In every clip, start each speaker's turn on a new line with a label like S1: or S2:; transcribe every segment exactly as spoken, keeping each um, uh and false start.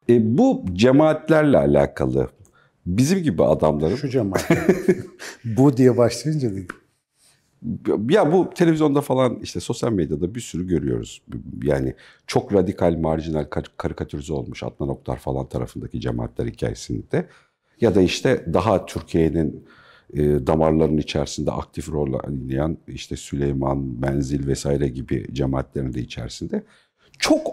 S1: E, bu cemaatlerle alakalı bizim gibi adamların...
S2: Şu cemaat. Bu diye başlayınca dedim.
S1: Ya bu televizyonda falan işte sosyal medyada bir sürü görüyoruz. Yani çok radikal, marjinal, karikatürize olmuş Adnan Oktar falan tarafındaki cemaatler hikayesinde. Ya da işte daha Türkiye'nin e, damarlarının içerisinde aktif rol oynayan işte Süleyman, Menzil vesaire gibi cemaatlerin de içerisinde çok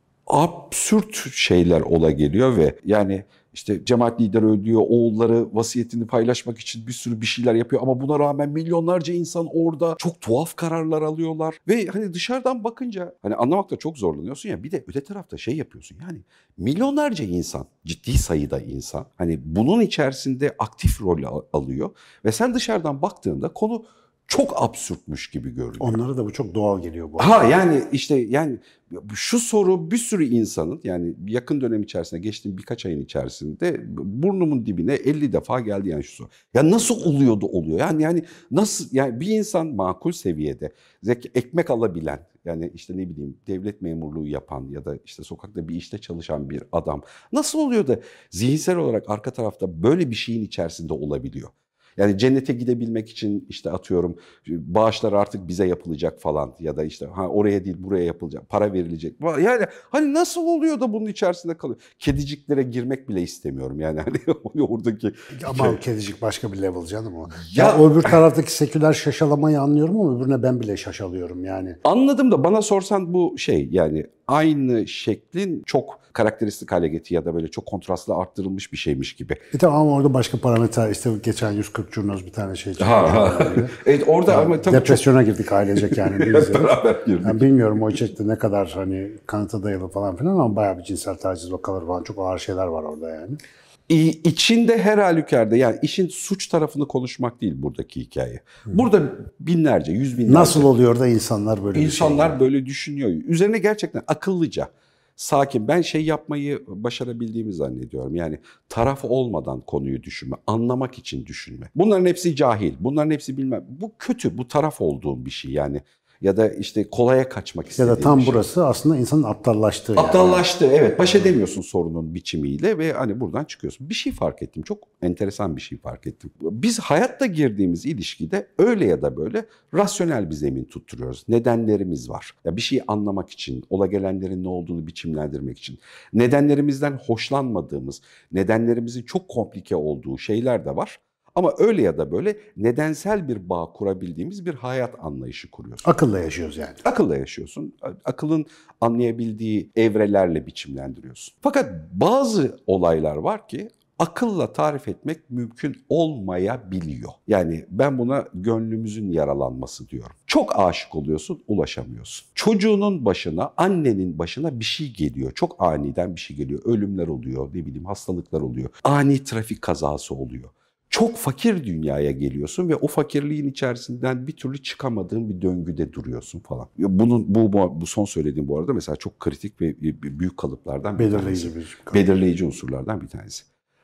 S1: absürt şeyler ola geliyor ve yani işte cemaat lideri ölüyor, oğulları vasiyetini paylaşmak için bir sürü bir şeyler yapıyor ama buna rağmen milyonlarca insan orada çok tuhaf kararlar alıyorlar ve hani dışarıdan bakınca hani anlamakta çok zorlanıyorsun ya, bir de öte tarafta şey yapıyorsun yani milyonlarca insan, ciddi sayıda insan hani bunun içerisinde aktif rol alıyor ve sen dışarıdan baktığında konu çok absürtmüş gibi görünüyor.
S2: Onlara da bu çok doğal geliyor bu arada.
S1: Ha yani işte yani şu soru bir sürü insanın yani yakın dönem içerisinde geçtiğim birkaç ayın içerisinde burnumun dibine elli defa geldi yani şu soru. Ya nasıl oluyordu oluyor? Yani yani nasıl yani bir insan makul seviyede zeki, ekmek alabilen yani işte ne bileyim devlet memurluğu yapan ya da işte sokakta bir işte çalışan bir adam nasıl oluyor da zihinsel olarak arka tarafta böyle bir şeyin içerisinde olabiliyor? Yani cennete gidebilmek için işte atıyorum bağışlar artık bize yapılacak falan ya da işte ha oraya değil buraya yapılacak, para verilecek. Yani hani nasıl oluyor da bunun içerisinde kalıyor? Kediciklere girmek bile istemiyorum yani hani oradaki.
S2: Ama o kedicik başka bir level canım o. Ya, ya öbür taraftaki seküler şaşalamayı anlıyorum ama öbürüne ben bile şaşalıyorum yani.
S1: Anladım da bana sorsan bu şey yani aynı şeklin çok karakteristik hale getir ya da böyle çok kontrastlı arttırılmış bir şeymiş gibi.
S2: E tamam ama orada başka parametre işte geçen yüz kırk Curnoz bir tane şey çıktı.
S1: Ha, ha. Evet orada yani ama tabii
S2: depresyona
S1: çok...
S2: girdik ailecek yani. Biz
S1: beraber girdik.
S2: Yani bilmiyorum o içerikte ne kadar hani kanıta dayalı falan filan ama bayağı bir cinsel taciz vakaları falan çok ağır şeyler var orada yani.
S1: İçinde her halükarda yani işin suç tarafını konuşmak değil buradaki hikaye. Burada binlerce, yüz binlerce.
S2: Nasıl oluyor da insanlar böyle
S1: insanlar
S2: bir şey
S1: böyle düşünüyor. Üzerine gerçekten akıllıca, sakin. Ben şey yapmayı başarabildiğimi zannediyorum. Yani taraf olmadan konuyu düşünme, anlamak için düşünme. Bunların hepsi cahil, bunların hepsi bilmem. Bu kötü, bu taraf olduğum bir şey yani. Ya da işte kolaya kaçmak istediğim
S2: Ya da tam
S1: bir şey.
S2: burası aslında insanın aptallaştığı.
S1: Aptallaştı yani. Evet. Baş edemiyorsun sorunun biçimiyle ve hani buradan çıkıyorsun. Bir şey fark ettim. Çok enteresan bir şey fark ettim. Biz hayatta girdiğimiz ilişkide öyle ya da böyle rasyonel bir zemin tutturuyoruz. Nedenlerimiz var. Ya bir şeyi anlamak için, ola gelenlerin ne olduğunu biçimlendirmek için. Nedenlerimizden hoşlanmadığımız, nedenlerimizin çok komplike olduğu şeyler de var. Ama öyle ya da böyle nedensel bir bağ kurabildiğimiz bir hayat anlayışı kuruyorsun.
S2: Akılla yaşıyoruz yani.
S1: Akılla yaşıyorsun. Akılın anlayabildiği evrelerle biçimlendiriyorsun. Fakat bazı olaylar var ki akılla tarif etmek mümkün olmayabiliyor. Yani ben buna gönlümüzün yaralanması diyorum. Çok aşık oluyorsun, ulaşamıyorsun. Çocuğunun başına, annenin başına bir şey geliyor. Çok aniden bir şey geliyor. Ölümler oluyor, ne bileyim hastalıklar oluyor. Ani trafik kazası oluyor. Çok fakir dünyaya geliyorsun ve o fakirliğin içerisinden bir türlü çıkamadığın bir döngüde duruyorsun falan. Bunun bu bu son söylediğim bu arada mesela çok kritik ve büyük kalıplardan bir
S2: belirleyici
S1: tanesi.
S2: Bir kalıp.
S1: Belirleyici unsurlardan bir tanesi.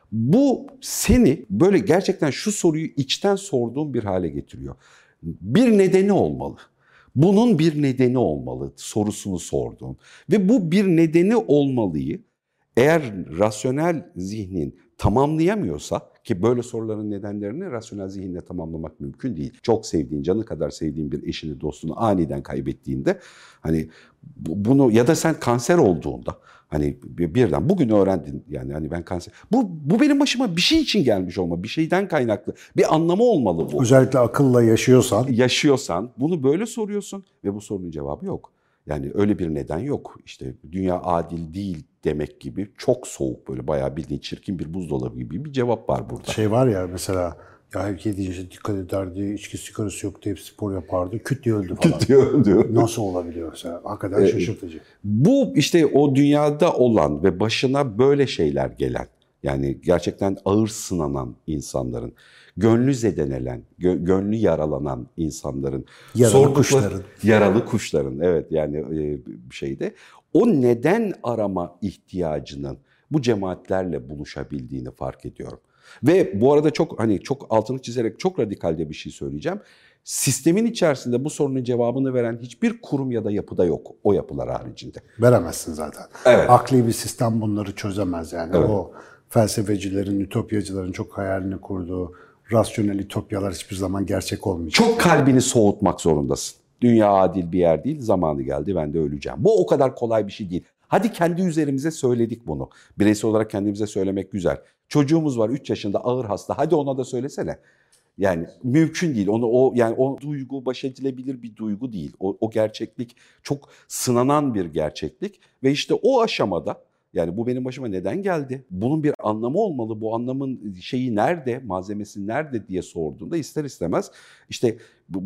S1: Bu seni böyle gerçekten şu soruyu içten sorduğun bir hale getiriyor. Bir nedeni olmalı. Bunun bir nedeni olmalı sorusunu sorduğun ve bu bir nedeni olmalıyı eğer rasyonel zihnin tamamlayamıyorsa, ki böyle soruların nedenlerini rasyonel zihinle tamamlamak mümkün değil. Çok sevdiğin, canı kadar sevdiğin bir eşini, dostunu aniden kaybettiğinde hani bunu ya da sen kanser olduğunda hani birden bugün öğrendin yani hani ben kanser. Bu bu benim başıma bir şey için gelmiş olma, bir şeyden kaynaklı. Bir anlamı olmalı bu.
S2: Özellikle akılla yaşıyorsan.
S1: Yaşıyorsan bunu böyle soruyorsun ve bu sorunun cevabı yok. Yani öyle bir neden yok. İşte dünya adil değil demek gibi çok soğuk böyle bayağı bildiğin çirkin bir buzdolabı gibi bir cevap var burada.
S2: Şey var ya mesela ya hep yedi yaşa dikkat ederdi, içki sigarası yoktu, hep spor yapardı, küt diye öldü falan.
S1: Küt diye öldü.
S2: Nasıl olabiliyor mesela? Hakikaten şaşırtıcı.
S1: Bu işte o dünyada olan ve başına böyle şeyler gelen, yani gerçekten ağır sınanan insanların, gönlü zedelenen, gö- gönlü yaralanan insanların,
S2: yaralı kuşların,
S1: yaralı kuşların, evet yani e, şeyde o neden arama ihtiyacının bu cemaatlerle buluşabildiğini fark ediyorum. Ve bu arada çok hani çok altını çizerek çok radikalde bir şey söyleyeceğim. Sistemin içerisinde bu sorunun cevabını veren hiçbir kurum ya da yapıda yok o yapılar haricinde.
S2: Veremezsin zaten.
S1: Evet.
S2: Akli bir sistem bunları çözemez yani.
S1: Evet.
S2: O felsefecilerin, ütopyacıların çok hayalini kurduğu rasyonel ütopyalar hiçbir zaman gerçek olmayacak.
S1: Çok kalbini soğutmak zorundasın. Dünya adil bir yer değil, zamanı geldi ben de öleceğim. Bu o kadar kolay bir şey değil. Hadi kendi üzerimize söyledik bunu. Bireysel olarak kendimize söylemek güzel. Çocuğumuz var üç yaşında ağır hasta. Hadi ona da söylesene. Yani mümkün değil. Onu o yani o duygu baş edilebilir bir duygu değil. O, o gerçeklik çok sınanan bir gerçeklik ve işte o aşamada yani bu benim başıma neden geldi? Bunun bir anlamı olmalı. Bu anlamın şeyi nerede, malzemesi nerede diye sorduğunda ister istemez işte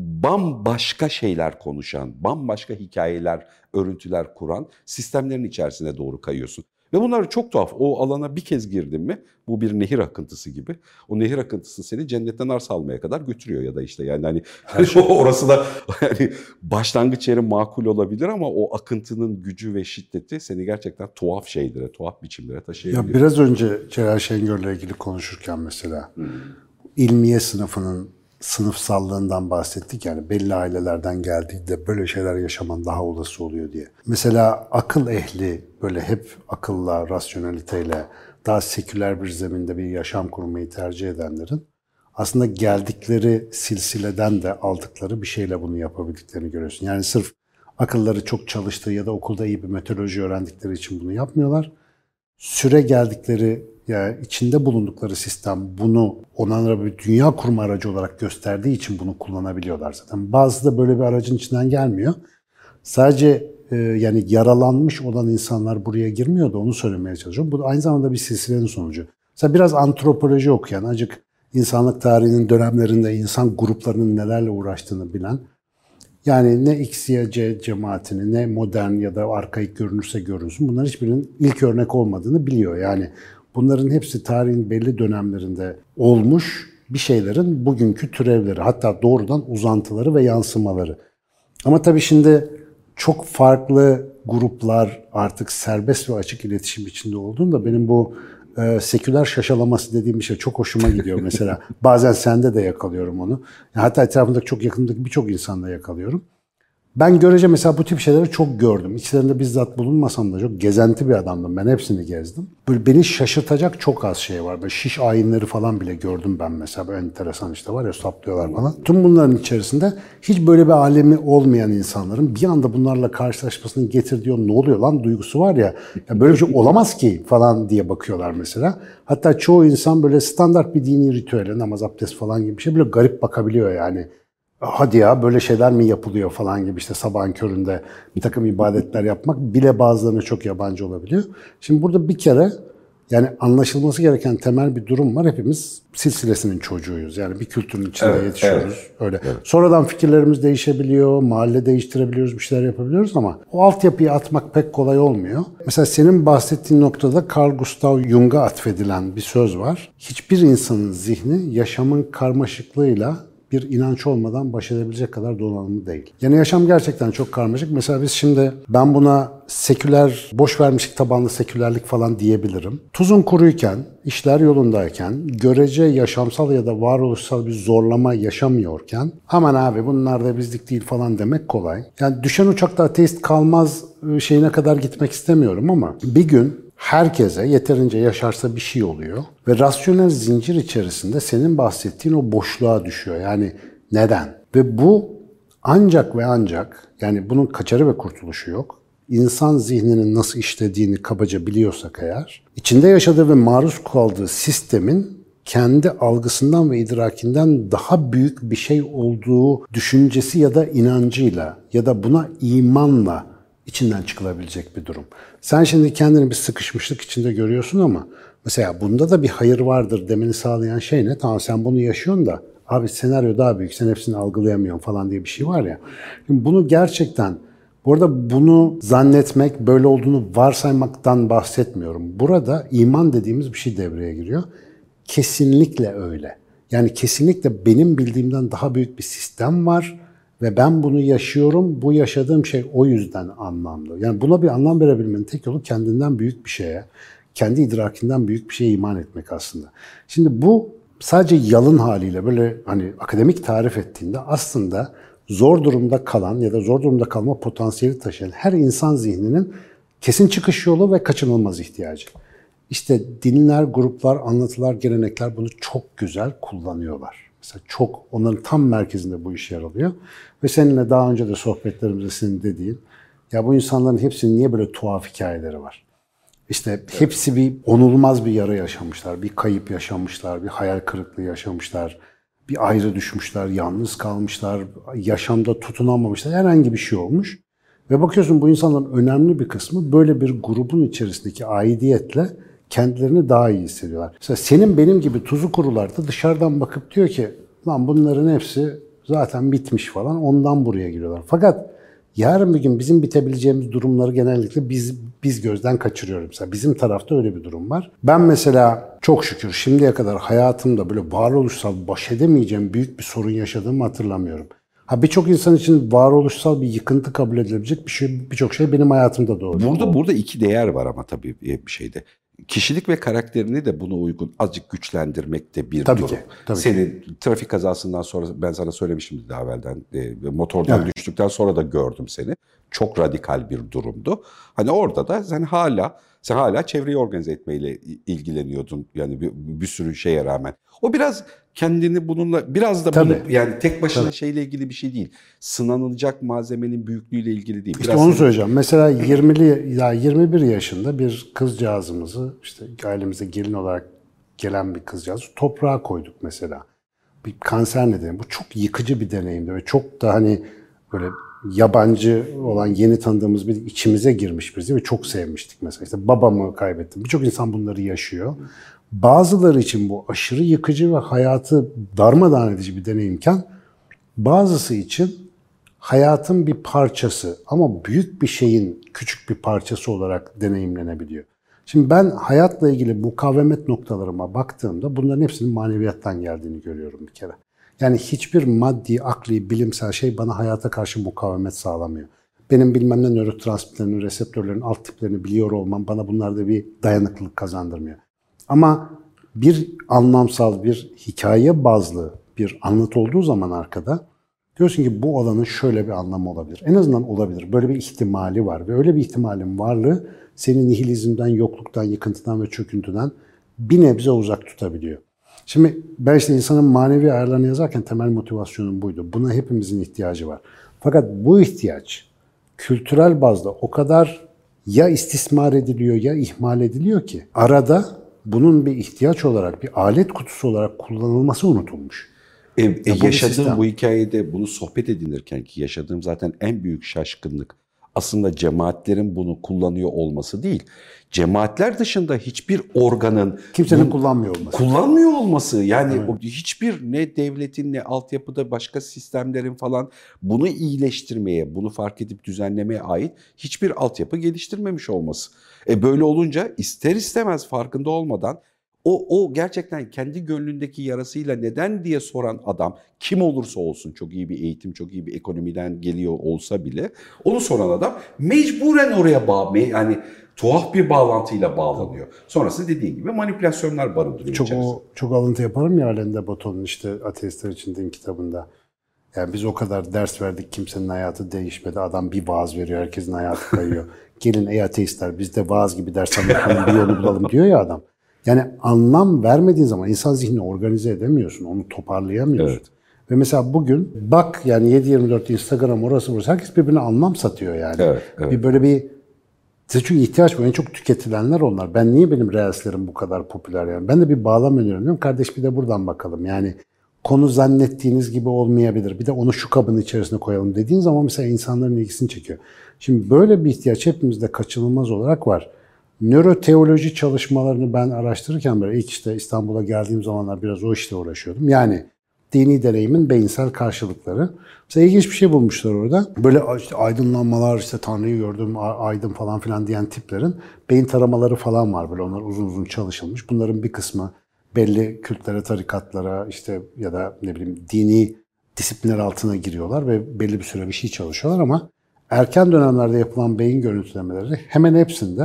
S1: bambaşka şeyler konuşan, bambaşka hikayeler, örüntüler kuran sistemlerin içerisine doğru kayıyorsun. Ve bunlar çok tuhaf. O alana bir kez girdin mi bu bir nehir akıntısı gibi. O nehir akıntısı seni cennetten arsa almaya kadar götürüyor ya da işte yani hani, hani orası da yani başlangıç yeri makul olabilir ama o akıntının gücü ve şiddeti seni gerçekten tuhaf şeylere, tuhaf biçimlere taşıyabiliyor.
S2: Ya biraz önce Celal Şengör'le ilgili konuşurken mesela hmm. ilmiye sınıfının sınıfsallığından bahsettik yani belli ailelerden geldiğinde böyle şeyler yaşaman daha olası oluyor diye. Mesela akıl ehli böyle hep akılla, rasyoneliteyle daha seküler bir zeminde bir yaşam kurmayı tercih edenlerin aslında geldikleri silsileden de aldıkları bir şeyle bunu yapabildiklerini görüyorsun. Yani sırf akılları çok çalıştığı ya da okulda iyi bir metodoloji öğrendikleri için bunu yapmıyorlar. Süre geldikleri yani içinde bulundukları sistem bunu onlara bir dünya kurma aracı olarak gösterdiği için bunu kullanabiliyorlar zaten. Bazısı da böyle bir aracın içinden gelmiyor. Sadece e, yani yaralanmış olan insanlar buraya girmiyor da onu söylemeye çalışıyorum. Bu da aynı zamanda bir silsilenin sonucu. Mesela biraz antropoloji okuyan, acık insanlık tarihinin dönemlerinde insan gruplarının nelerle uğraştığını bilen, yani ne X ya C cemaatini, ne modern ya da arkaik görünürse görünsün, bunların hiçbirinin ilk örnek olmadığını biliyor. Yani bunların hepsi tarihin belli dönemlerinde olmuş bir şeylerin bugünkü türevleri, hatta doğrudan uzantıları ve yansımaları. Ama tabii şimdi çok farklı gruplar artık serbest ve açık iletişim içinde olduğunda benim bu e, seküler şaşalaması dediğim bir şey çok hoşuma gidiyor mesela. Bazen sende de yakalıyorum onu. Hatta etrafımdaki çok yakındaki birçok insanda yakalıyorum. Ben görece mesela bu tip şeyleri çok gördüm. İçlerinde bizzat bulunmasam da çok gezenti bir adamdım. Ben hepsini gezdim. Böyle beni şaşırtacak çok az şey var. Böyle şiş ayinleri falan bile gördüm ben mesela. Böyle enteresan işte var ya, saplıyorlar falan. Tüm bunların içerisinde hiç böyle bir alemi olmayan insanların bir anda bunlarla karşılaşmasının getirdiği o ne oluyor lan duygusu var ya. Ya böyle bir şey olamaz ki falan diye bakıyorlar mesela. Hatta çoğu insan böyle standart bir dini ritüele, namaz, abdest falan gibi bir şey böyle garip bakabiliyor yani. Hadi ya böyle şeyler mi yapılıyor falan gibi işte sabahın köründe bir takım ibadetler yapmak bile bazılarına çok yabancı olabiliyor. Şimdi burada bir kere yani anlaşılması gereken temel bir durum var. Hepimiz silsilesinin çocuğuyuz. Yani bir kültürün içinde evet, yetişiyoruz. Evet, öyle. Evet. Sonradan fikirlerimiz değişebiliyor, mahalle değiştirebiliyoruz, bir şeyler yapabiliyoruz ama o altyapıyı atmak pek kolay olmuyor. Mesela senin bahsettiğin noktada Carl Gustav Jung'a atfedilen bir söz var. Hiçbir insanın zihni yaşamın karmaşıklığıyla bir inanç olmadan baş edebilecek kadar donanımlı değil. Yani yaşam gerçekten çok karmaşık. Mesela biz şimdi ben buna seküler, boş vermişlik tabanlı sekülerlik falan diyebilirim. Tuzun kuruyken, işler yolundayken, görece yaşamsal ya da varoluşsal bir zorlama yaşamıyorken aman abi bunlar da bizlik değil falan demek kolay. Yani düşen uçakta ateist kalmaz şeyine kadar gitmek istemiyorum ama bir gün herkese yeterince yaşarsa bir şey oluyor ve rasyonel zincir içerisinde senin bahsettiğin o boşluğa düşüyor. Yani neden? Ve bu ancak ve ancak, yani bunun kaçarı ve kurtuluşu yok. İnsan zihninin nasıl işlediğini kabaca biliyorsak eğer, içinde yaşadığı ve maruz kaldığı sistemin kendi algısından ve idrakinden daha büyük bir şey olduğu düşüncesi ya da inancıyla ya da buna imanla içinden çıkılabilecek bir durum. Sen şimdi kendini bir sıkışmışlık içinde görüyorsun ama mesela bunda da bir hayır vardır demeni sağlayan şey ne? Tamam sen bunu yaşıyorsun da abi senaryo daha büyük, sen hepsini algılayamıyorsun falan diye bir şey var ya. Şimdi bunu gerçekten, bu arada bunu zannetmek, böyle olduğunu varsaymaktan bahsetmiyorum. Burada iman dediğimiz bir şey devreye giriyor. Kesinlikle öyle. Yani kesinlikle benim bildiğimden daha büyük bir sistem var. Ve ben bunu yaşıyorum, bu yaşadığım şey o yüzden anlamlı. Yani buna bir anlam verebilmenin tek yolu kendinden büyük bir şeye, kendi idrakinden büyük bir şeye iman etmek aslında. Şimdi bu sadece yalın haliyle böyle hani akademik tarif ettiğinde aslında zor durumda kalan ya da zor durumda kalma potansiyeli taşıyan her insan zihninin kesin çıkış yolu ve kaçınılmaz ihtiyacı. İşte dinler, gruplar, anlatılar, gelenekler bunu çok güzel kullanıyorlar. Mesela çok onların tam merkezinde bu iş yer alıyor. Ve seninle daha önce de sohbetlerimizde senin dediğin, ya bu insanların hepsinin niye böyle tuhaf hikayeleri var? İşte evet. Hepsi bir onulmaz bir yara yaşamışlar, bir kayıp yaşamışlar, bir hayal kırıklığı yaşamışlar, bir ayrı düşmüşler, yalnız kalmışlar, yaşamda tutunamamışlar, herhangi bir şey olmuş. Ve bakıyorsun bu insanların önemli bir kısmı böyle bir grubun içerisindeki aidiyetle kendilerini daha iyi hissediyorlar. Mesela senin benim gibi tuzu kurularda dışarıdan bakıp diyor ki lan bunların hepsi zaten bitmiş falan, ondan buraya giriyorlar. Fakat yarın bir gün bizim bitebileceğimiz durumları genellikle biz biz gözden kaçırıyoruz. Mesela bizim tarafta öyle bir durum var. Ben mesela çok şükür şimdiye kadar hayatımda böyle varoluşsal baş edemeyeceğim büyük bir sorun yaşadığımı hatırlamıyorum. Ha birçok insan için varoluşsal bir yıkıntı kabul edilebilecek bir şey, birçok şey benim hayatımda doğdu.
S1: Burada burada iki değer var ama tabii bir şeyde. Kişilik ve karakterini de buna uygun azıcık güçlendirmekte bir
S2: tabii
S1: durum.
S2: Ki, tabii
S1: Senin ki. Trafik kazasından sonra ben sana söylemiştim daha evvelden. E, motordan evet. düştükten sonra da gördüm seni. Çok radikal bir durumdu. Hani orada da sen hala sen hala çevreyi organize etmeyle ilgileniyordun. Yani bir, bir sürü şeye rağmen. O biraz kendini bununla biraz da bunu, yani tek başına tabii. şeyle ilgili bir şey değil. Sınanılacak malzemenin büyüklüğüyle ilgili değil.
S2: İşte biraz onu söyleyeceğim. Mesela yirmili ya yirmi bir yaşında bir kızcağızımızı işte ailemize gelin olarak gelen bir kızcağızı toprağa koyduk mesela. Bir kanser nedeni. Bu çok yıkıcı bir deneyimdi ve çok da hani böyle yabancı olan yeni tanıdığımız bir içimize girmiş birisi ve çok sevmiştik mesela. İşte babamı kaybettim. Birçok insan bunları yaşıyor. Bazıları için bu aşırı yıkıcı ve hayatı darmadağın edici bir deneyimken bazısı için hayatın bir parçası ama büyük bir şeyin küçük bir parçası olarak deneyimlenebiliyor. Şimdi ben hayatla ilgili mukavemet noktalarıma baktığımda bunların hepsinin maneviyattan geldiğini görüyorum bir kere. Yani hiçbir maddi, akli, bilimsel şey bana hayata karşı mukavemet sağlamıyor. Benim bilmem ne nörotransmitterlerin, reseptörlerin alt tiplerini biliyor olmam bana bunlarda bir dayanıklılık kazandırmıyor. Ama bir anlamsal, bir hikaye bazlı bir anlat olduğu zaman arkada diyorsun ki bu olanın şöyle bir anlamı olabilir. En azından olabilir. Böyle bir ihtimali var ve öyle bir ihtimalin varlığı seni nihilizmden, yokluktan, yıkıntıdan ve çöküntüden bir nebze uzak tutabiliyor. Şimdi ben işte insanın manevi ayarlarını yazarken temel motivasyonum buydu. Buna hepimizin ihtiyacı var. Fakat bu ihtiyaç kültürel bazda o kadar ya istismar ediliyor ya ihmal ediliyor ki arada bunun bir ihtiyaç olarak, bir alet kutusu olarak kullanılması unutulmuş.
S1: E, e, yaşadığım bu hikayede bunu sohbet edilirken ki yaşadığım zaten en büyük şaşkınlık aslında cemaatlerin bunu kullanıyor olması değil. Cemaatler dışında hiçbir organın
S2: kimsenin bunu, kullanmıyor olması.
S1: Kullanmıyor olması. Yani
S2: evet.
S1: o, hiçbir ne devletin ne altyapıda başka sistemlerin falan bunu iyileştirmeye, bunu fark edip düzenlemeye ait hiçbir altyapı geliştirmemiş olması. E böyle olunca ister istemez farkında olmadan O, o gerçekten kendi gönlündeki yarasıyla neden diye soran adam kim olursa olsun çok iyi bir eğitim, çok iyi bir ekonomiden geliyor olsa bile onu soran adam mecburen oraya bağlı, yani tuhaf bir bağlantıyla bağlanıyor. Sonrası dediğin gibi manipülasyonlar barındırıyor
S2: çok
S1: içerisinde.
S2: O, çok alıntı yaparım ya Alain de Botton'un işte Ateistler için Din kitabında. Yani biz o kadar ders verdik kimsenin hayatı değişmedi. Adam bir vaaz veriyor herkesin hayatı kayıyor. Gelin ey ateistler biz de vaaz gibi ders anlatalım bir yolu bulalım diyor ya adam. Yani anlam vermediğin zaman insan zihnini organize edemiyorsun, onu toparlayamıyorsun. Evet. Ve mesela bugün bak yani yedi yirmi dört Instagram orası burası herkes birbirine anlam satıyor yani.
S1: Evet, evet.
S2: Bir böyle bir çünkü ihtiyaç var. En çok tüketilenler onlar. Ben niye benim reelslerim bu kadar popüler yani? Ben de bir bağlam öneriyorum. Kardeş bir de buradan bakalım. Yani konu zannettiğiniz gibi olmayabilir. Bir de onu şu kabın içerisine koyalım dediğin zaman mesela insanların ilgisini çekiyor. Şimdi böyle bir ihtiyaç hepimizde kaçınılmaz olarak var. Nöroteoloji çalışmalarını ben araştırırken böyle ilk işte İstanbul'a geldiğim zamanlar biraz o işle uğraşıyordum. Yani dini deneyimin beyinsel karşılıkları. Mesela ilginç bir şey bulmuşlar orada. Böyle işte aydınlanmalar, işte Tanrı'yı gördüm, aydın falan filan diyen tiplerin beyin taramaları falan var. Böyle onlar uzun uzun çalışılmış. Bunların bir kısmı belli kültlere, tarikatlara işte ya da ne bileyim dini disiplinler altına giriyorlar ve belli bir süre bir şey çalışıyorlar ama erken dönemlerde yapılan beyin görüntülemeleri hemen hepsinde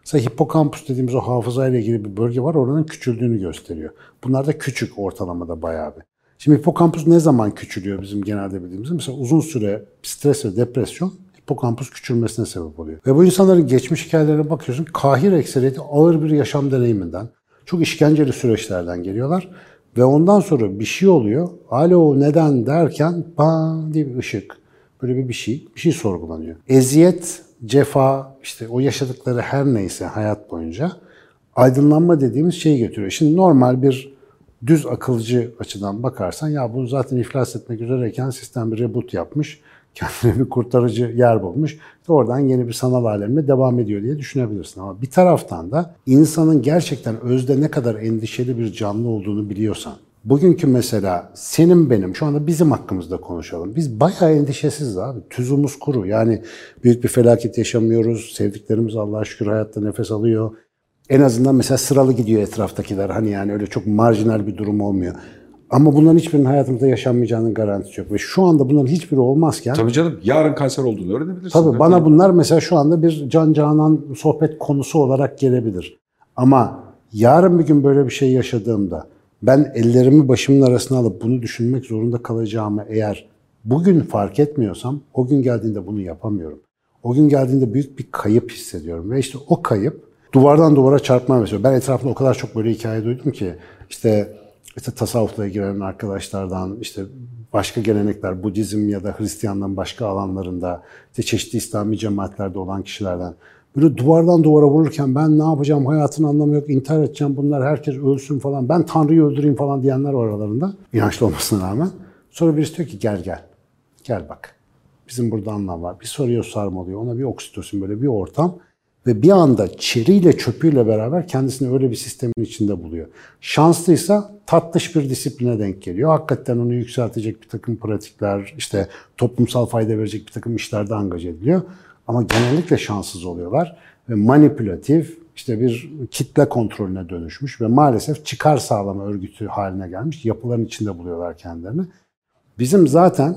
S2: Mesela hipokampus dediğimiz o hafızayla ilgili bir bölge var, oranın küçüldüğünü gösteriyor. Bunlar da küçük ortalamada bayağı bir. Şimdi hipokampus ne zaman küçülüyor bizim genelde bildiğimiz? Mesela uzun süre stres ve depresyon hipokampus küçülmesine sebep oluyor. Ve bu insanların geçmiş hikayelerine bakıyorsun, kahir ekseriyeti ağır bir yaşam deneyiminden, çok işkenceli süreçlerden geliyorlar. Ve ondan sonra bir şey oluyor. Alo neden derken bam diye bir ışık. Böyle bir bir şey, bir şey sorgulanıyor. Eziyet, cefa, işte o yaşadıkları her neyse hayat boyunca aydınlanma dediğimiz şeyi getiriyor. Şimdi normal bir düz akılcı açıdan bakarsan ya bu zaten iflas etmek üzereyken sistem bir reboot yapmış. Kendine bir kurtarıcı yer bulmuş. Oradan yeni bir sanal alemine devam ediyor diye düşünebilirsin. Ama bir taraftan da insanın gerçekten özde ne kadar endişeli bir canlı olduğunu biliyorsan, bugünkü mesela senin benim, şu anda bizim hakkımızda konuşalım. Biz bayağı endişesiz abi. Tuzumuz kuru. Yani büyük bir felaket yaşamıyoruz. Sevdiklerimiz Allah'a şükür hayatta nefes alıyor. En azından mesela sıralı gidiyor etraftakiler. Hani yani öyle çok marjinal bir durum olmuyor. Ama bunların hiçbirinin hayatımızda yaşanmayacağının garantisi yok. Ve şu anda bunların hiçbiri olmazken...
S1: Tabii canım, yarın kanser olduğunu öğrenebilirsin.
S2: Tabii bana bunlar mesela şu anda bir can canan sohbet konusu olarak gelebilir. Ama yarın bir gün böyle bir şey yaşadığımda ben ellerimi başımın arasına alıp bunu düşünmek zorunda kalacağımı eğer bugün fark etmiyorsam o gün geldiğinde bunu yapamıyorum. O gün geldiğinde büyük bir kayıp hissediyorum. Ve işte o kayıp duvardan duvara çarpmaya başlıyor. Ben etrafımda o kadar çok böyle hikaye duydum ki işte... İşte tasavvufla ilgilenen arkadaşlardan, işte başka gelenekler, Budizm ya da Hristiyanlığın başka alanlarında, işte çeşitli İslami cemaatlerde olan kişilerden böyle duvardan duvara vururken ben ne yapacağım, hayatın anlamı yok, intihar edeceğim, bunlar herkes ölsün falan, ben Tanrı'yı öldüreyim falan diyenler var aralarında, inançlı olmasına rağmen. Sonra birisi diyor ki gel gel, gel bak, bizim burada anlam var. Bir soruyor sarmalıyor, ona bir oksitosin, böyle bir ortam. Ve bir anda çeriyle çöpüyle beraber kendisini öyle bir sistemin içinde buluyor. Şanslıysa tatlış bir disipline denk geliyor. Hakikaten onu yükseltecek bir takım pratikler, işte toplumsal fayda verecek bir takım işlerde angaja ediliyor. Ama genellikle şanssız oluyorlar ve manipülatif, işte bir kitle kontrolüne dönüşmüş ve maalesef çıkar sağlama örgütü haline gelmiş yapıların içinde buluyorlar kendilerini. Bizim zaten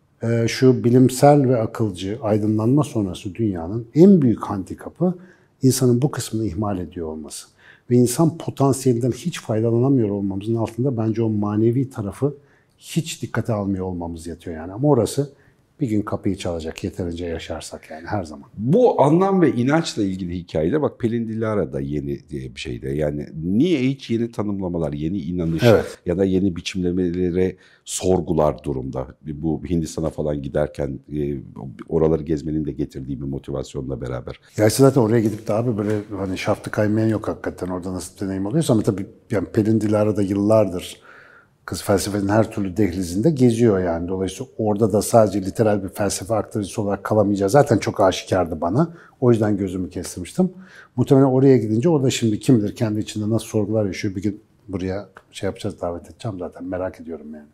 S2: şu bilimsel ve akılcı aydınlanma sonrası dünyanın en büyük handikapı insanın bu kısmını ihmal ediyor olması. Ve insan potansiyelinden hiç faydalanamıyor olmamızın altında bence o manevi tarafı hiç dikkate almıyor olmamız yatıyor yani. Ama orası bir gün kapıyı çalacak yeterince yaşarsak yani her zaman.
S1: Bu anlam ve inançla ilgili hikayeler bak Pelin Dilara da yeni diye bir şeyde. Yani New Age yeni tanımlamalar, yeni inanış
S2: evet.
S1: ya da yeni biçimlemelere sorgular durumda. Bu Hindistan'a falan giderken e, oraları gezmenin de getirdiği bir motivasyonla beraber.
S2: Gerçi zaten oraya gidip de abi böyle hani şaftı kaymayan yok hakikaten orada nasıl bir deneyim oluyorsa ama tabii yani Pelin Dilara da yıllardır kız felsefenin her türlü dehlizinde geziyor yani. Dolayısıyla orada da sadece literal bir felsefe aktarıcısı olarak kalamayacağı zaten çok aşikardı bana. O yüzden gözümü kestirmiştim. Muhtemelen oraya gidince o da şimdi kim bilir kendi içinde nasıl sorgular yaşıyor. Bir gün buraya şey yapacağız, davet edeceğim zaten. Merak ediyorum yani.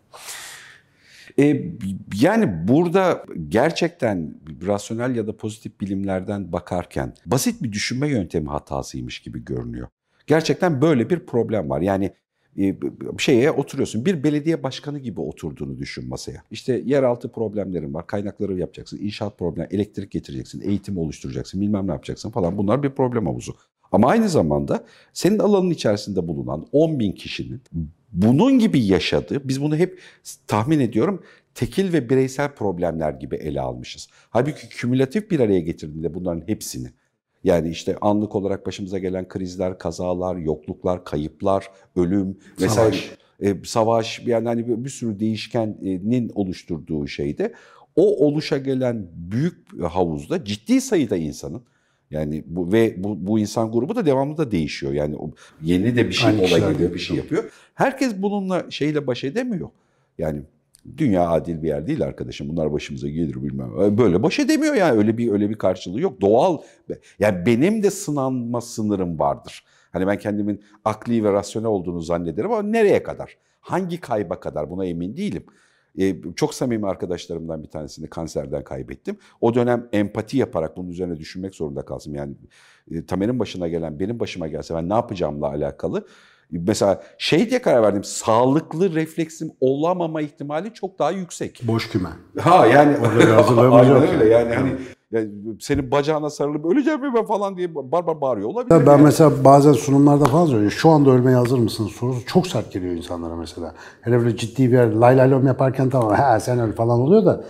S1: E, yani burada gerçekten rasyonel ya da pozitif bilimlerden bakarken basit bir düşünme yöntemi hatasıymış gibi görünüyor. Gerçekten böyle bir problem var. Yani şeye oturuyorsun. Bir belediye başkanı gibi oturduğunu düşün masaya. İşte yeraltı problemlerin var. Kaynakları yapacaksın. İnşaat problemi, elektrik getireceksin. Eğitim oluşturacaksın. Bilmem ne yapacaksın falan. Bunlar bir problem havuzu. Ama aynı zamanda senin alanın içerisinde bulunan on bin kişinin bunun gibi yaşadığı, biz bunu hep tahmin ediyorum tekil ve bireysel problemler gibi ele almışız. Halbuki kümülatif bir araya getirdiğinde bunların hepsini, yani işte anlık olarak başımıza gelen krizler, kazalar, yokluklar, kayıplar, ölüm,
S2: Savaş.
S1: E, savaş, yani hani bir sürü değişkenin oluşturduğu şeyde o oluşa gelen büyük havuzda ciddi sayıda insanın, yani bu ve bu, bu insan grubu da devamlı da değişiyor. Yani o yeni de bir şey olay geliyor, bir şey yapıyor. Herkes bununla şeyle baş edemiyor. Yani dünya adil bir yer değil arkadaşım. Bunlar başımıza gelir bilmem. Böyle baş edemiyor yani. Öyle bir öyle bir karşılığı yok. Doğal. Yani benim de sınanma sınırım vardır. Hani ben kendimin akli ve rasyonel olduğunu zannederim ama nereye kadar? Hangi kayba kadar? Buna emin değilim. Ee, çok samimi arkadaşlarımdan bir tanesini kanserden kaybettim. O dönem empati yaparak bunun üzerine düşünmek zorunda kaldım. Yani e, Tamer'in başına gelen benim başıma gelse ben ne yapacağımla alakalı. Mesela şey diye karar verdim, sağlıklı refleksim olamama ihtimali çok daha yüksek.
S2: Boş küme.
S1: Ha yani
S2: orada bir hazırlığımız yok.
S1: Öyle yani hani Yani senin bacağına sarılıp öleceğim mi ben falan diye bar bar bağırıyor olabilir.
S2: Ben
S1: yani.
S2: mesela bazen sunumlarda falan söylüyorum. Şu anda ölmeye hazır mısın sorusu çok sert geliyor insanlara mesela. Hele böyle ciddi bir yer lay lay lom yaparken tamam ha sen öl falan oluyor da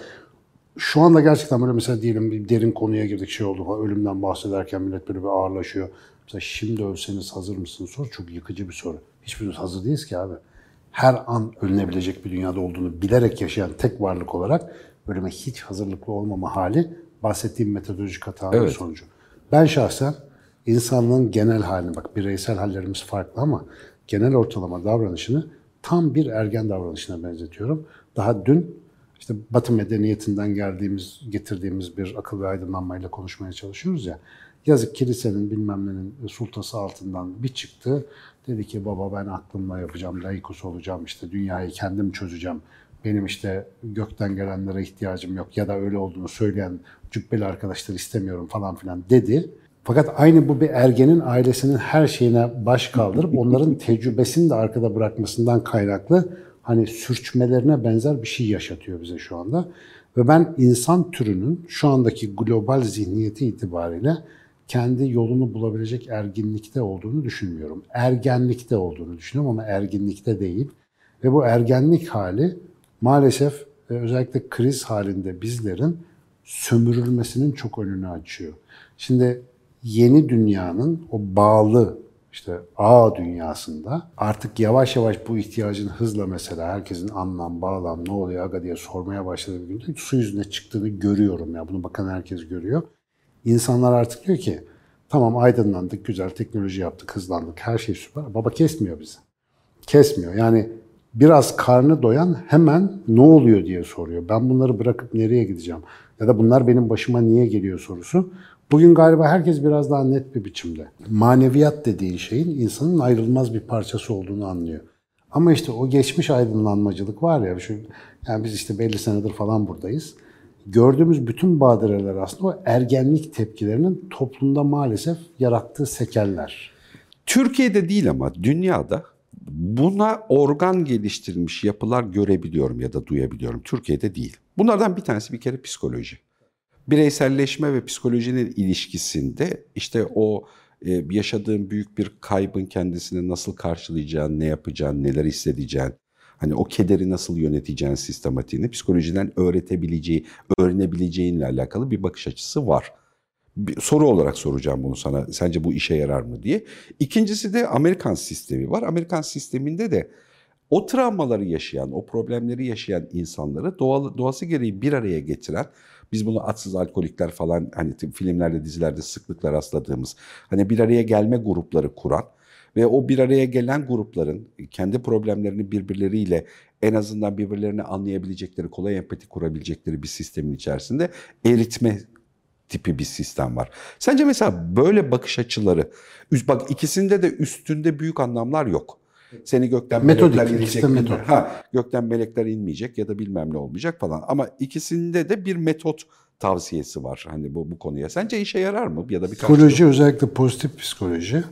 S2: şu anda gerçekten böyle mesela diyelim bir derin konuya girdik şey oldu falan ölümden bahsederken millet böyle bir ağırlaşıyor. Mesela şimdi ölseniz hazır mısınız soru çok yıkıcı bir soru. Hiçbirimiz hazır değiliz ki abi. Her an ölünebilecek bir dünyada olduğunu bilerek yaşayan tek varlık olarak ölüme hiç hazırlıklı olmama hali bahsettiğim metodolojik hatanın
S1: Evet.
S2: sonucu. Ben şahsen insanlığın genel halini, bak bireysel hallerimiz farklı ama genel ortalama davranışını tam bir ergen davranışına benzetiyorum. Daha dün işte Batı medeniyetinden geldiğimiz, getirdiğimiz bir akıl ve aydınlanmayla konuşmaya çalışıyoruz ya. Yazık kilisenin bilmem nenin sultası altından bir çıktı. Dedi ki baba ben aklımla yapacağım, laikos olacağım, işte dünyayı kendim çözeceğim. Benim işte gökten gelenlere ihtiyacım yok ya da öyle olduğunu söyleyen cübbeli arkadaşlar istemiyorum falan filan dedi. Fakat aynı bu bir ergenin ailesinin her şeyine baş kaldırıp onların tecrübesini de arkada bırakmasından kaynaklı hani sürçmelerine benzer bir şey yaşatıyor bize şu anda. Ve ben insan türünün şu andaki global zihniyeti itibariyle kendi yolunu bulabilecek erginlikte olduğunu düşünmüyorum. Ergenlikte olduğunu düşünüyorum ama erginlikte değil. Ve bu ergenlik hali maalesef özellikle kriz halinde bizlerin sömürülmesinin çok önünü açıyor. Şimdi yeni dünyanın o bağlı işte ağ dünyasında artık yavaş yavaş bu ihtiyacın hızla mesela herkesin anlam, bağlam, ne oluyor aga diye sormaya başladığı bir günde su yüzüne çıktığını görüyorum ya. Bunu bakan herkes görüyor. İnsanlar artık diyor ki tamam aydınlandık, güzel teknoloji yaptık, hızlandık, her şey süper. Baba kesmiyor bizi. Kesmiyor. Yani biraz karnı doyan hemen ne oluyor diye soruyor. Ben bunları bırakıp nereye gideceğim? Ya da bunlar benim başıma niye geliyor sorusu. Bugün galiba herkes biraz daha net bir biçimde maneviyat dediğin şeyin insanın ayrılmaz bir parçası olduğunu anlıyor. Ama işte o geçmiş aydınlanmacılık var ya, şu, yani biz işte belli senedir falan buradayız. Gördüğümüz bütün badireler aslında o ergenlik tepkilerinin toplumda maalesef yarattığı sekeller.
S1: Türkiye'de değil ama dünyada buna organ geliştirilmiş yapılar görebiliyorum ya da duyabiliyorum. Türkiye'de değil. Bunlardan bir tanesi bir kere psikoloji. Bireyselleşme ve psikolojinin ilişkisinde işte o e, yaşadığın büyük bir kaybın kendisini nasıl karşılayacağın, ne yapacağın, neler hissedeceğin, hani o kederi nasıl yöneteceğin sistematiğini psikolojiden öğretebileceği, öğrenebileceğinle alakalı bir bakış açısı var. Bir soru olarak soracağım bunu sana. Sence bu işe yarar mı diye. İkincisi de Amerikan sistemi var. Amerikan sisteminde de o travmaları yaşayan, o problemleri yaşayan insanları doğal, doğası gereği bir araya getiren, biz bunu atsız alkolikler falan hani filmlerde, dizilerde sıklıkla rastladığımız hani bir araya gelme grupları kuran ve o bir araya gelen grupların kendi problemlerini birbirleriyle en azından birbirlerini anlayabilecekleri, kolay empati kurabilecekleri bir sistemin içerisinde eritme tipi bir sistem var. Sence mesela böyle bakış açıları, bak ikisinde de üstünde büyük anlamlar yok. Seni gökten
S2: Metodik,
S1: melekler inecek,
S2: metot.
S1: ha, gökten melekler inmeyecek ya da bilmem ne olmayacak falan. Ama ikisinde de bir metot tavsiyesi var hani bu bu konuya. Sence işe yarar mı ya da bir
S2: Psikoloji, özellikle pozitif psikoloji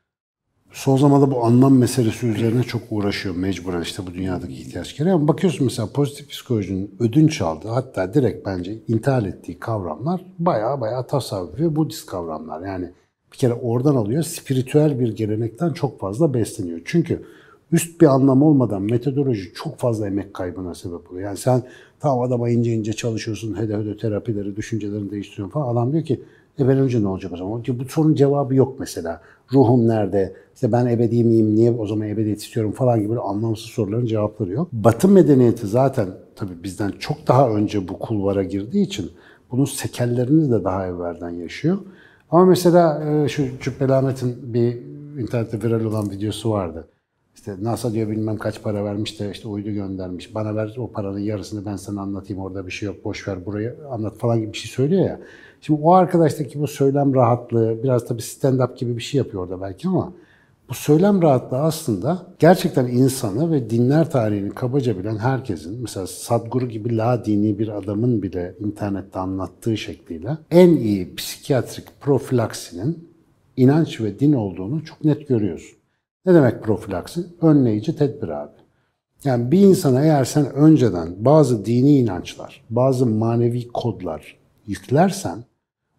S2: son zamanda bu anlam meselesi üzerine çok uğraşıyor mecburen, işte bu dünyadaki ihtiyaç gereği. Ama bakıyorsun mesela pozitif psikolojinin ödünç aldığı, hatta direkt bence intihal ettiği kavramlar bayağı bayağı tasavvufi ve Budist kavramlar. Yani bir kere oradan alıyor, spiritüel bir gelenekten çok fazla besleniyor. Çünkü üst bir anlam olmadan metodoloji çok fazla emek kaybına sebep oluyor. Yani sen tamam adama ince ince çalışıyorsun, hede hede terapileri, düşüncelerini değiştiriyorsun falan. Adam diyor ki e ben önce ne olacak o zaman? Bu sorunun cevabı yok mesela. Ruhum nerede? İşte ben ebedi miyim? Niye o zaman ebediyet istiyorum falan gibi böyle anlamsız soruların cevapları yok. Batı medeniyeti zaten tabii bizden çok daha önce bu kulvara girdiği için bunun sekellerini de daha evvelden yaşıyor. Ama mesela şu Cübbeli Ahmet'in bir internette viral olan videosu vardı. İşte NASA diyor bilmem kaç para vermiş de işte uydu göndermiş. Bana ver o paranın yarısını, ben sana anlatayım, orada bir şey yok, boş ver burayı anlat falan gibi bir şey söylüyor ya. Şimdi o arkadaştaki bu söylem rahatlığı biraz tabii stand-up gibi bir şey yapıyor orada belki ama bu söylem rahatlığı aslında gerçekten insanı ve dinler tarihini kabaca bilen herkesin, mesela Sadhguru gibi la dini bir adamın bile internette anlattığı şekliyle en iyi psikiyatrik profilaksinin inanç ve din olduğunu çok net görüyorsun. Ne demek profilaksi? Önleyici tedbir abi. Yani bir insana eğer sen önceden bazı dini inançlar, bazı manevi kodlar yüklersen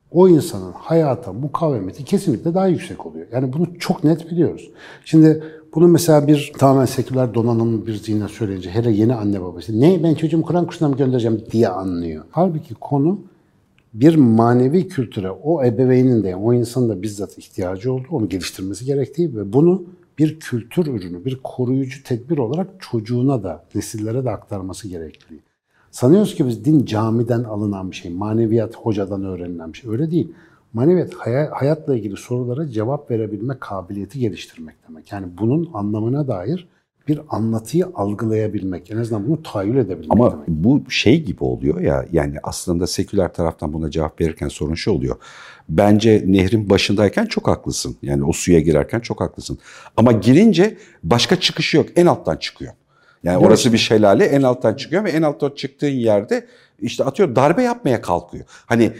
S2: o insanın hayata mukavemeti kesinlikle daha yüksek oluyor. Yani bunu çok net biliyoruz. Şimdi bunu mesela bir tamamen seküler donanımlı bir zihne söyleyince, hele yeni anne babası, ne ben çocuğumu Kur'an kursuna mı göndereceğim diye anlıyor. Halbuki konu bir manevi kültüre o ebeveynin de, o insanın da bizzat ihtiyacı olduğu, onu geliştirmesi gerektiği ve bunu bir kültür ürünü, bir koruyucu tedbir olarak çocuğuna da, nesillere de aktarması gerektiği. Sanıyoruz ki biz din camiden alınan bir şey, maneviyat hocadan öğrenilen bir şey. Öyle değil. Maneviyat hayatla ilgili sorulara cevap verebilme kabiliyeti geliştirmek demek. Yani bunun anlamına dair bir anlatıyı algılayabilmek, en azından bunu tahayyül edebilmek
S1: Ama
S2: demek.
S1: bu şey gibi oluyor ya, yani aslında seküler taraftan buna cevap verirken sorun şu oluyor. Bence nehrin başındayken çok haklısın. Yani o suya girerken çok haklısın. Ama girince başka çıkışı yok. En alttan çıkıyor. Yani
S2: Değil
S1: orası
S2: mi?
S1: bir şelale, en alttan çıkıyor ve en alttan çıktığın yerde işte atıyor darbe yapmaya kalkıyor. Hani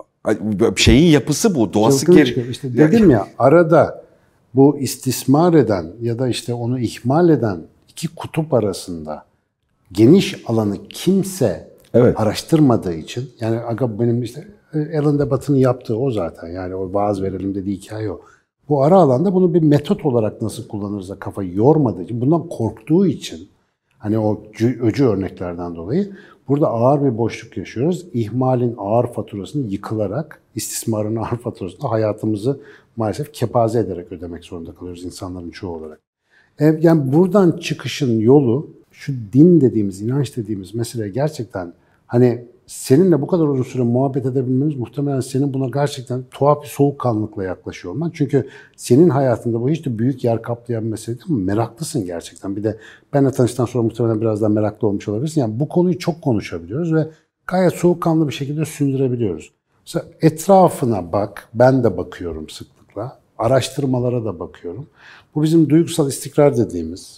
S1: şeyin yapısı bu, doğası
S2: Çılgın
S1: geri.
S2: çıkıyor. İşte dedim ya, arada bu istismar eden ya da işte onu ihmal eden iki kutup arasında geniş alanı kimse
S1: Evet.
S2: araştırmadığı için, yani aga benim işte Alan de Botton'ın yaptığı o zaten, yani o vaaz verelim dediği hikaye o. Bu ara alanda bunu bir metot olarak nasıl kullanırız kafayı yormadığı için, bundan korktuğu için, hani o öcü örneklerden dolayı burada ağır bir boşluk yaşıyoruz. İhmalin ağır faturasını yıkılarak, istismarın ağır faturasını hayatımızı maalesef kepaze ederek ödemek zorunda kalıyoruz insanların çoğu olarak. Yani buradan çıkışın yolu, şu din dediğimiz, inanç dediğimiz mesele gerçekten hani seninle bu kadar uzun süre muhabbet edebilmemiz muhtemelen senin buna gerçekten tuhaf bir soğukkanlılıkla yaklaşıyor olman. Çünkü senin hayatında bu hiç de büyük yer kaplayan bir mesele değil mi? Meraklısın gerçekten. Bir de benle tanıştıktan sonra muhtemelen biraz daha meraklı olmuş olabilirsin. Yani bu konuyu çok konuşabiliyoruz ve gayet soğukkanlı bir şekilde sündürebiliyoruz. Mesela etrafına bak, ben de bakıyorum sıklıkla. Araştırmalara da bakıyorum. Bu bizim duygusal istikrar dediğimiz,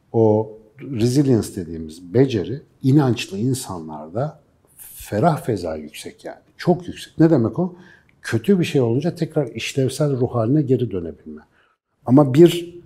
S2: o resilience dediğimiz beceri inançlı insanlarda ferah feza yüksek yani. Çok yüksek. Ne demek o? Kötü bir şey olunca tekrar işlevsel ruh haline geri dönebilme. Ama bir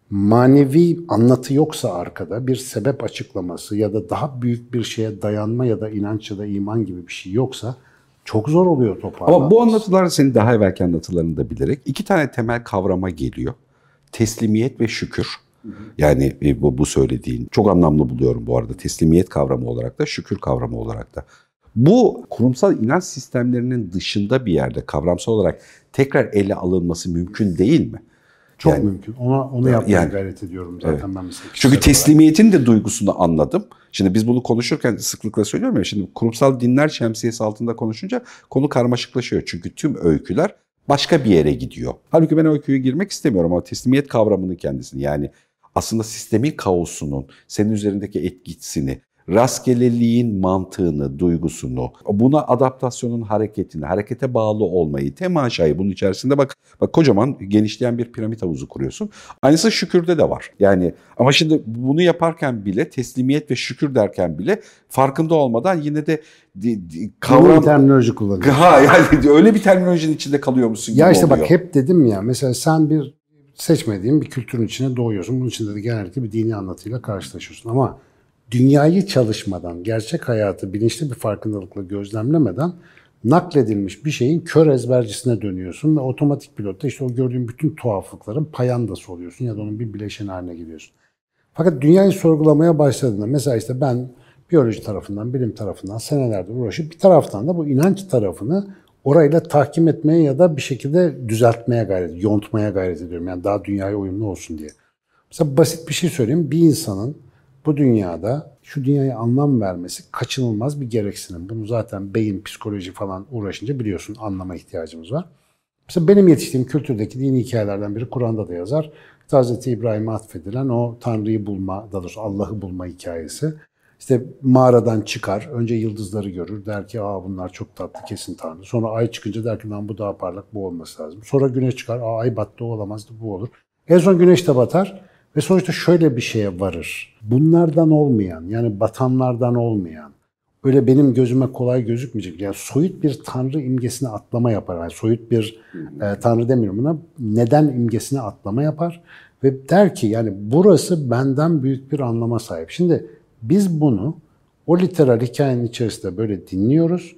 S2: manevi anlatı yoksa arkada, bir sebep açıklaması ya da daha büyük bir şeye dayanma ya da inanç ya da iman gibi bir şey yoksa çok zor oluyor toparlanması.
S1: Ama bu anlatılar senin daha evvelki anlatılarını da bilerek iki tane temel kavrama geliyor. Teslimiyet ve şükür. Yani bu, bu söylediğin çok anlamlı buluyorum bu arada. Teslimiyet kavramı olarak da, şükür kavramı olarak da. Bu kurumsal inanç sistemlerinin dışında bir yerde kavramsal olarak tekrar ele alınması mümkün değil mi?
S2: Çok
S1: yani,
S2: mümkün. Ona onu yapmaya
S1: yani,
S2: gayret ediyorum zaten
S1: evet.
S2: ben mesela.
S1: Çünkü teslimiyetin de duygusunu anladım. Şimdi biz bunu konuşurken sıklıkla söylüyorum ya, şimdi kurumsal dinler şemsiyesi altında konuşunca konu karmaşıklaşıyor. Çünkü tüm öyküler başka bir yere gidiyor. Halbuki ben öyküye girmek istemiyorum ama teslimiyet kavramının kendisini, yani aslında sistemin kaosunun senin üzerindeki etkisini, rastgeleliğin mantığını, duygusunu, buna adaptasyonun hareketini, harekete bağlı olmayı, temaşayı bunun içerisinde bak, bak kocaman genişleyen bir piramit havuzu kuruyorsun. Aynısı şükürde de var. Yani ama şimdi bunu yaparken bile, teslimiyet ve şükür derken bile farkında olmadan yine de di, di, kavram...
S2: Bir terminoloji kullanıyorsun.
S1: Ha, yani öyle bir terminolojinin içinde kalıyor musun gibi
S2: ya işte
S1: oluyor.
S2: Bak hep dedim ya, mesela sen bir seçmediğin bir kültürün içine doğuyorsun. Bunun içinde de genellikle bir dini anlatıyla karşılaşıyorsun. Ama dünyayı çalışmadan, gerçek hayatı bilinçli bir farkındalıkla gözlemlemeden nakledilmiş bir şeyin kör ezbercisine dönüyorsun ve otomatik pilotta işte o gördüğün bütün tuhaflıkların payandası oluyorsun ya da onun bir bileşeni haline geliyorsun. Fakat dünyayı sorgulamaya başladığında, mesela işte ben biyoloji tarafından, bilim tarafından senelerdir uğraşıp bir taraftan da bu inanç tarafını orayla tahkim etmeye ya da bir şekilde düzeltmeye gayret, yontmaya gayret ediyorum. Yani daha dünyaya uyumlu olsun diye. Mesela basit bir şey söyleyeyim. Bir insanın bu dünyada şu dünyaya anlam vermesi kaçınılmaz bir gereksinim. Bunu zaten beyin, psikoloji falan uğraşınca biliyorsun, anlama ihtiyacımız var. Mesela benim yetiştiğim kültürdeki dini hikayelerden biri Kur'an'da da yazar. Hazreti İbrahim'e atfedilen o Tanrı'yı bulma, daha doğrusu Allah'ı bulma hikayesi. İşte mağaradan çıkar, önce yıldızları görür, der ki aa bunlar çok tatlı, kesin Tanrı. Sonra ay çıkınca der ki lan bu daha parlak, bu olması lazım. Sonra güneş çıkar, aa ay battı, o olamaz, bu olur. En son güneş de batar ve sonuçta şöyle bir şeye varır. Bunlardan olmayan, yani batanlardan olmayan, öyle benim gözüme kolay gözükmeyecek, yani soyut bir Tanrı imgesine atlama yapar. Yani soyut bir e, Tanrı demiyorum buna, neden imgesine atlama yapar ve der ki yani burası benden büyük bir anlama sahip. Şimdi biz bunu o literal hikayenin içerisinde böyle dinliyoruz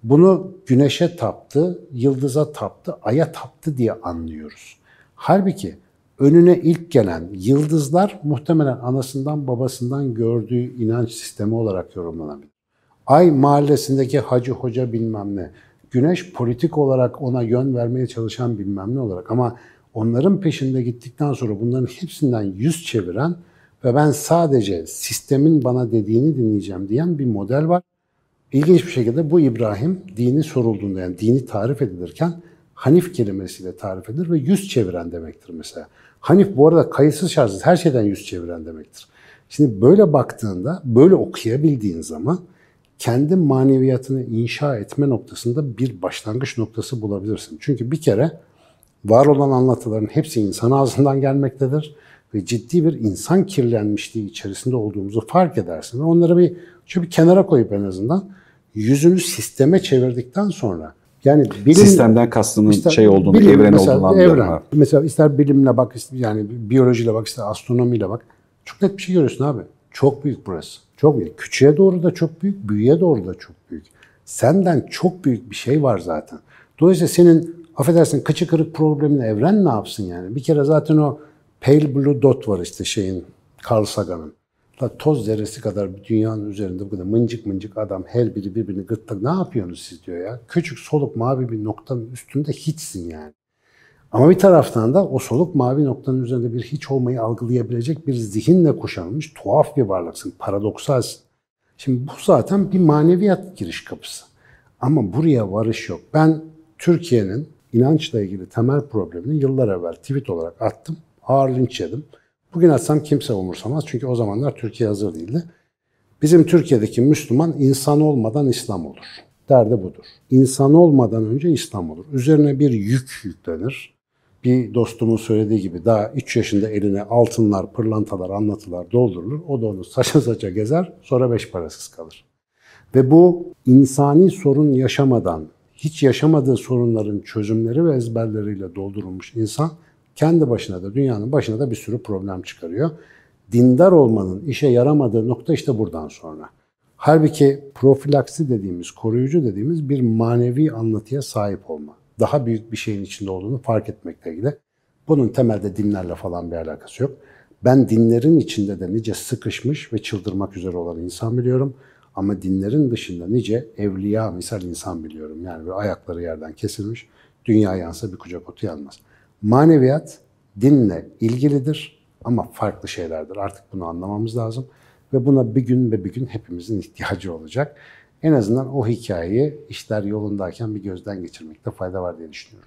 S2: Bunu güneşe taptı, yıldıza taptı, aya taptı diye anlıyoruz. Halbuki önüne ilk gelen yıldızlar muhtemelen anasından babasından gördüğü inanç sistemi olarak yorumlanabilir. Ay mahallesindeki hacı hoca bilmem ne. Güneş politik olarak ona yön vermeye çalışan bilmem ne olarak. Ama onların peşinde gittikten sonra bunların hepsinden yüz çeviren ve ben sadece sistemin bana dediğini dinleyeceğim diyen bir model var. İlginç bir şekilde bu İbrahim dini sorulduğunda, yani dini tarif edilirken Hanif kelimesiyle tarif edilir ve yüz çeviren demektir mesela. Hanif bu arada kayıtsız şartsız her şeyden yüz çeviren demektir. Şimdi böyle baktığında, böyle okuyabildiğin zaman kendi maneviyatını inşa etme noktasında bir başlangıç noktası bulabilirsin. Çünkü bir kere var olan anlatıların hepsi insan ağzından gelmektedir ve ciddi bir insan kirlenmişliği içerisinde olduğumuzu fark edersin. Ve onları bir, şöyle bir kenara koyup en azından yüzünü sisteme çevirdikten sonra, yani bilim,
S1: sistemden kastının
S2: işte
S1: şey olduğunu,
S2: bilim,
S1: evren
S2: mesela,
S1: olduğunu anlıyorum.
S2: Evren. Mesela ister bilimle bak, yani biyolojiyle bak, ister astronomiyle bak. Çok net bir şey görüyorsun abi. Çok büyük burası. Çok büyük. Küçüğe doğru da çok büyük, büyüğe doğru da çok büyük. Senden çok büyük bir şey var zaten. Dolayısıyla senin, affedersin, kıçı kırık problemini evren ne yapsın yani? Bir kere zaten o Pale Blue Dot var işte şeyin, Carl Sagan'ın. Toz zerresi kadar bir dünyanın üzerinde bu kadar mıncık mıncık adam, her biri birbirini gırtlak. Ne yapıyorsunuz siz diyor ya. Küçük soluk mavi bir noktanın üstünde hiçsin yani. Ama bir taraftan da o soluk mavi noktanın üzerinde bir hiç olmayı algılayabilecek bir zihinle kuşanılmış tuhaf bir varlıksın, paradoksalsın. Şimdi bu zaten bir maneviyat giriş kapısı. Ama buraya varış yok. Ben Türkiye'nin inançla ilgili temel problemini yıllar evvel tweet olarak attım. Ağır linç yedim. Bugün atsam kimse umursamaz çünkü o zamanlar Türkiye hazır değildi. Bizim Türkiye'deki Müslüman insan olmadan İslam olur. Derdi budur. İnsan olmadan önce İslam olur. Üzerine bir yük yüklenir. Bir dostumun söylediği gibi daha üç yaşında eline altınlar, pırlantalar, anlatılar doldurulur. O da onu saça saça gezer, sonra beş parasız kalır. Ve bu insani sorun yaşamadan, hiç yaşamadığı sorunların çözümleri ve ezberleriyle doldurulmuş insan kendi başına da dünyanın başına da bir sürü problem çıkarıyor. Dindar olmanın işe yaramadığı nokta işte buradan sonra. Halbuki profilaksi dediğimiz, koruyucu dediğimiz bir manevi anlatıya sahip olma. Daha büyük bir şeyin içinde olduğunu fark etmekle ilgili. Bunun temelde dinlerle falan bir alakası yok. Ben dinlerin içinde de nice sıkışmış ve çıldırmak üzere olan insan biliyorum. Ama dinlerin dışında nice evliya misal insan biliyorum. Yani bir ayakları yerden kesilmiş, dünya yansa bir kucak otu yanmaz. Maneviyat dinle ilgilidir ama farklı şeylerdir. Artık bunu anlamamız lazım. Ve buna bir gün ve bir gün hepimizin ihtiyacı olacak. En azından o hikayeyi işler yolundayken bir gözden geçirmekte fayda var diye düşünüyorum.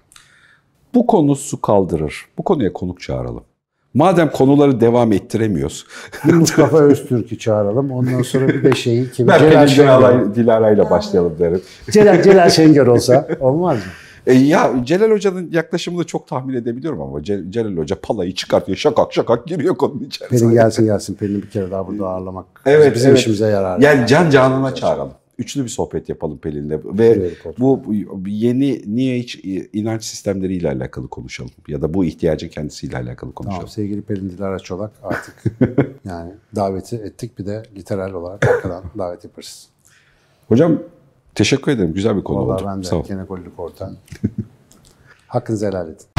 S1: Bu konu su kaldırır. Bu konuya konuk çağıralım. Madem konuları devam ettiremiyoruz.
S2: Bir Mustafa Öztürk'ü çağıralım. Ondan sonra bir de şeyi kimi?
S1: Ben
S2: Celal
S1: Pelin Dilara ile başlayalım derim.
S2: Celal, Celal Şengör olsa olmaz mı?
S1: E ya Celal Hoca'nın yaklaşımını çok tahmin edebiliyorum ama Ce- Celal Hoca palayı çıkartıyor, şakak şakak giriyor konunun içerisine.
S2: Pelin gelsin gelsin. Pelin'i bir kere daha burada ağırlamak
S1: Evet,
S2: bizim
S1: evet.
S2: işimize yarar.
S1: Yani can canına çağıralım. Üçlü bir sohbet yapalım Pelin'le ve bu yeni niye hiç inanç sistemleriyle alakalı konuşalım ya da bu ihtiyacın kendisiyle alakalı konuşalım.
S2: Tamam, sevgili Pelin Dilara Çolak artık yani daveti ettik, bir de literal olarak arkadan davet yaparız.
S1: Hocam teşekkür ederim. Güzel bir konu
S2: Vallahi
S1: oldu.
S2: ben de
S1: Sağ ol.
S2: gene kolluk ortam. Hakkınızı helal edin.